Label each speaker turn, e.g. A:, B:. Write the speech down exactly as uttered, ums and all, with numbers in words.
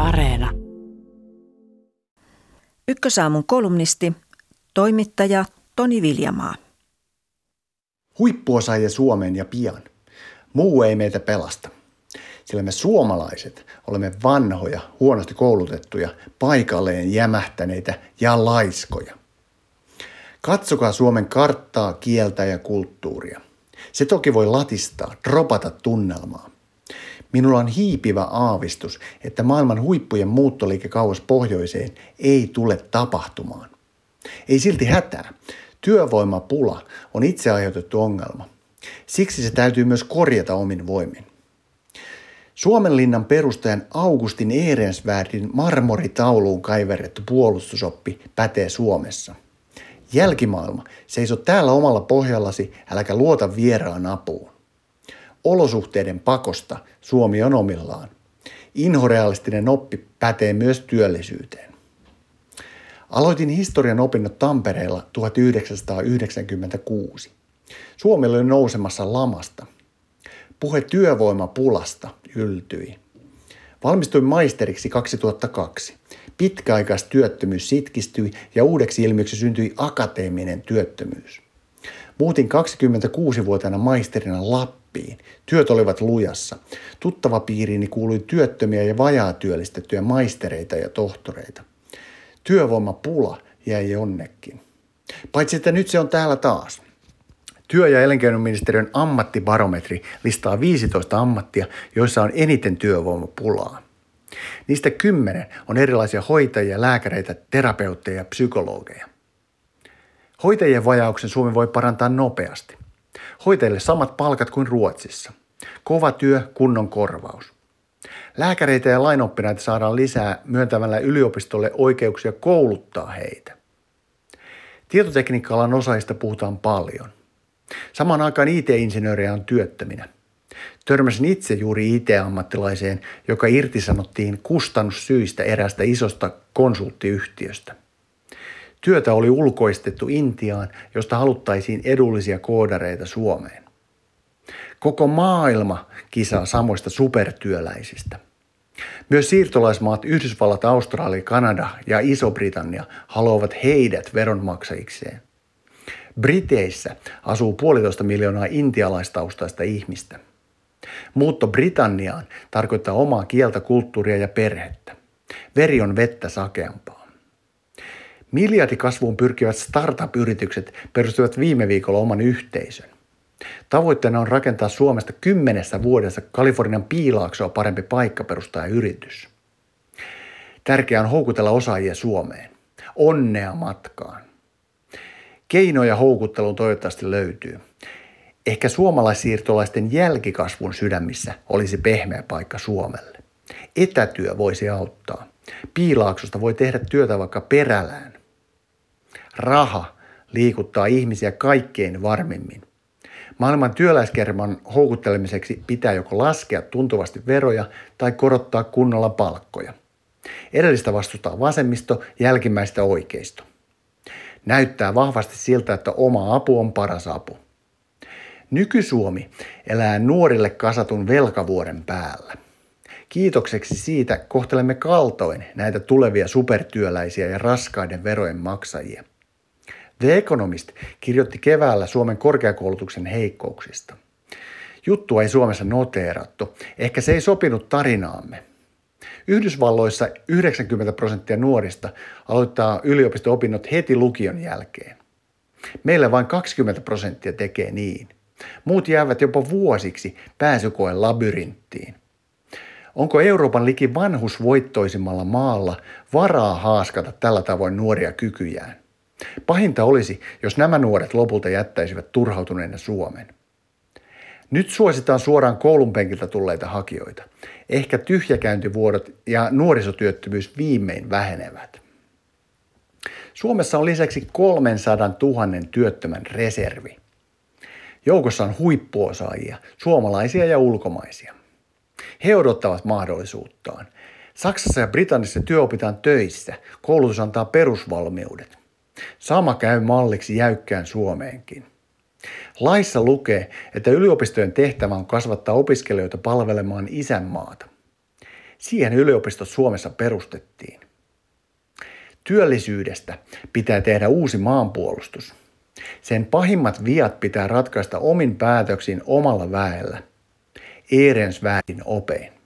A: Areena.
B: Ykkösaamun kolumnisti, toimittaja Toni Viljamaa.
C: Huippuosaajia Suomeen ja pian. Muu ei meitä pelasta. Sillä me suomalaiset olemme vanhoja, huonosti koulutettuja, paikalleen jämähtäneitä ja laiskoja. Katsokaa Suomen karttaa, kieltä ja kulttuuria. Se toki voi latistaa, dropata tunnelmaa. Minulla on hiipivä aavistus, että maailman huippujen muuttoliike kauas pohjoiseen ei tule tapahtumaan. Ei silti hätää. Työvoimapula on itse aiheutettu ongelma. Siksi se täytyy myös korjata omin voimin. Suomenlinnan perustajan Augustin Ehrensvärdin marmoritauluun kaiverrettu puolustusoppi pätee Suomessa. Jälkimaailma, seiso täällä omalla pohjallasi, äläkä luota vieraan apuun. Olosuhteiden pakosta Suomi on omillaan. Inhorealistinen oppi pätee myös työllisyyteen. Aloitin historian opinnot Tampereella tuhatyhdeksänsataayhdeksänkymmentäkuusi. Suomi oli nousemassa lamasta. Puhe työvoimapulasta yltyi. Valmistuin maisteriksi kaksituhattakaksi. Pitkäaikaistyöttömyys sitkistyi ja uudeksi ilmiöksi syntyi akateeminen työttömyys. Muutin kaksikymmentäkuusivuotiaana maisterina Lappiin. Työt olivat lujassa. Tuttava piiriini kuului työttömiä ja vajaatyöllistettyjä maistereita ja tohtoreita. Työvoimapula jäi jonnekin. Paitsi että nyt se on täällä taas. Työ- ja elinkeinoministeriön ammattibarometri listaa viisitoista ammattia, joissa on eniten työvoimapulaa. Niistä kymmenen on erilaisia hoitajia, lääkäreitä, terapeutteja ja psykologeja. Hoitajien vajauksen Suomi voi parantaa nopeasti. Hoitajille samat palkat kuin Ruotsissa. Kova työ, kunnon korvaus. Lääkäreitä ja lainoppineita saadaan lisää myöntämällä yliopistolle oikeuksia kouluttaa heitä. Tietotekniikka-alan osaajista puhutaan paljon. Samaan aikaan I T-insinöörejä on työttöminä. Törmäsin itse juuri I T-ammattilaiseen, joka irtisanottiin kustannussyistä eräästä isosta konsulttiyhtiöstä. Työtä oli ulkoistettu Intiaan, josta haluttaisiin edullisia koodareita Suomeen. Koko maailma kisaa samoista supertyöläisistä. Myös siirtolaismaat Yhdysvallat, Australia, Kanada ja Iso-Britannia haluavat heidät veronmaksajikseen. Briteissä asuu puolitoista miljoonaa intialaistaustaista ihmistä. Muutto Britanniaan tarkoittaa omaa kieltä, kulttuuria ja perhettä. Veri on vettä sakeampaa. Miljardikasvuun pyrkivät startup-yritykset perustivat viime viikolla oman yhteisön. Tavoitteena on rakentaa Suomesta kymmenessä vuodessa Kalifornian Piilaaksoa parempi paikka perustaa yritys. Tärkeää on houkutella osaajia Suomeen. Onnea matkaan. Keinoja houkutteluun toivottavasti löytyy. Ehkä suomalaissiirtolaisten jälkikasvun sydämissä olisi pehmeä paikka Suomelle. Etätyö voisi auttaa. Piilaaksosta voi tehdä työtä vaikka Perälään. Raha liikuttaa ihmisiä kaikkein varmimmin. Maailman työläiskerman houkuttelemiseksi pitää joko laskea tuntuvasti veroja tai korottaa kunnolla palkkoja. Edellistä vastustaa vasemmisto, jälkimmäistä oikeisto. Näyttää vahvasti siltä, että oma apu on paras apu. Nyky-Suomi elää nuorille kasatun velkavuoren päällä. Kiitokseksi siitä kohtelemme kaltoin näitä tulevia supertyöläisiä ja raskaiden verojen maksajia. The Economist kirjoitti keväällä Suomen korkeakoulutuksen heikkouksista. Juttua ei Suomessa noteerattu, ehkä se ei sopinut tarinaamme. Yhdysvalloissa yhdeksänkymmentä prosenttia nuorista aloittaa yliopisto-opinnot heti lukion jälkeen. Meillä vain kaksikymmentä prosenttia tekee niin. Muut jäävät jopa vuosiksi pääsykoen labyrinttiin. Onko Euroopan liki vanhusvoittoisimmalla maalla varaa haaskata tällä tavoin nuoria kykyjään? Pahinta olisi, jos nämä nuoret lopulta jättäisivät turhautuneena Suomen. Nyt suositaan suoraan koulun penkiltä tulleita hakijoita. Ehkä tyhjäkäyntivuodot ja nuorisotyöttömyys viimein vähenevät. Suomessa on lisäksi kolmesataatuhatta työttömän reservi. Joukossa on huippuosaajia, suomalaisia ja ulkomaisia. He odottavat mahdollisuuttaan. Saksassa ja Britannissa työ opitaan töissä, koulutus antaa perusvalmiudet. Sama käy malliksi jäykkään Suomeenkin. Laissa lukee, että yliopistojen tehtävä on kasvattaa opiskelijoita palvelemaan isänmaata. Siihen yliopistot Suomessa perustettiin. Työllisyydestä pitää tehdä uusi maanpuolustus. Sen pahimmat viat pitää ratkaista omin päätöksin omalla väellä. Ehrensvärdin opein.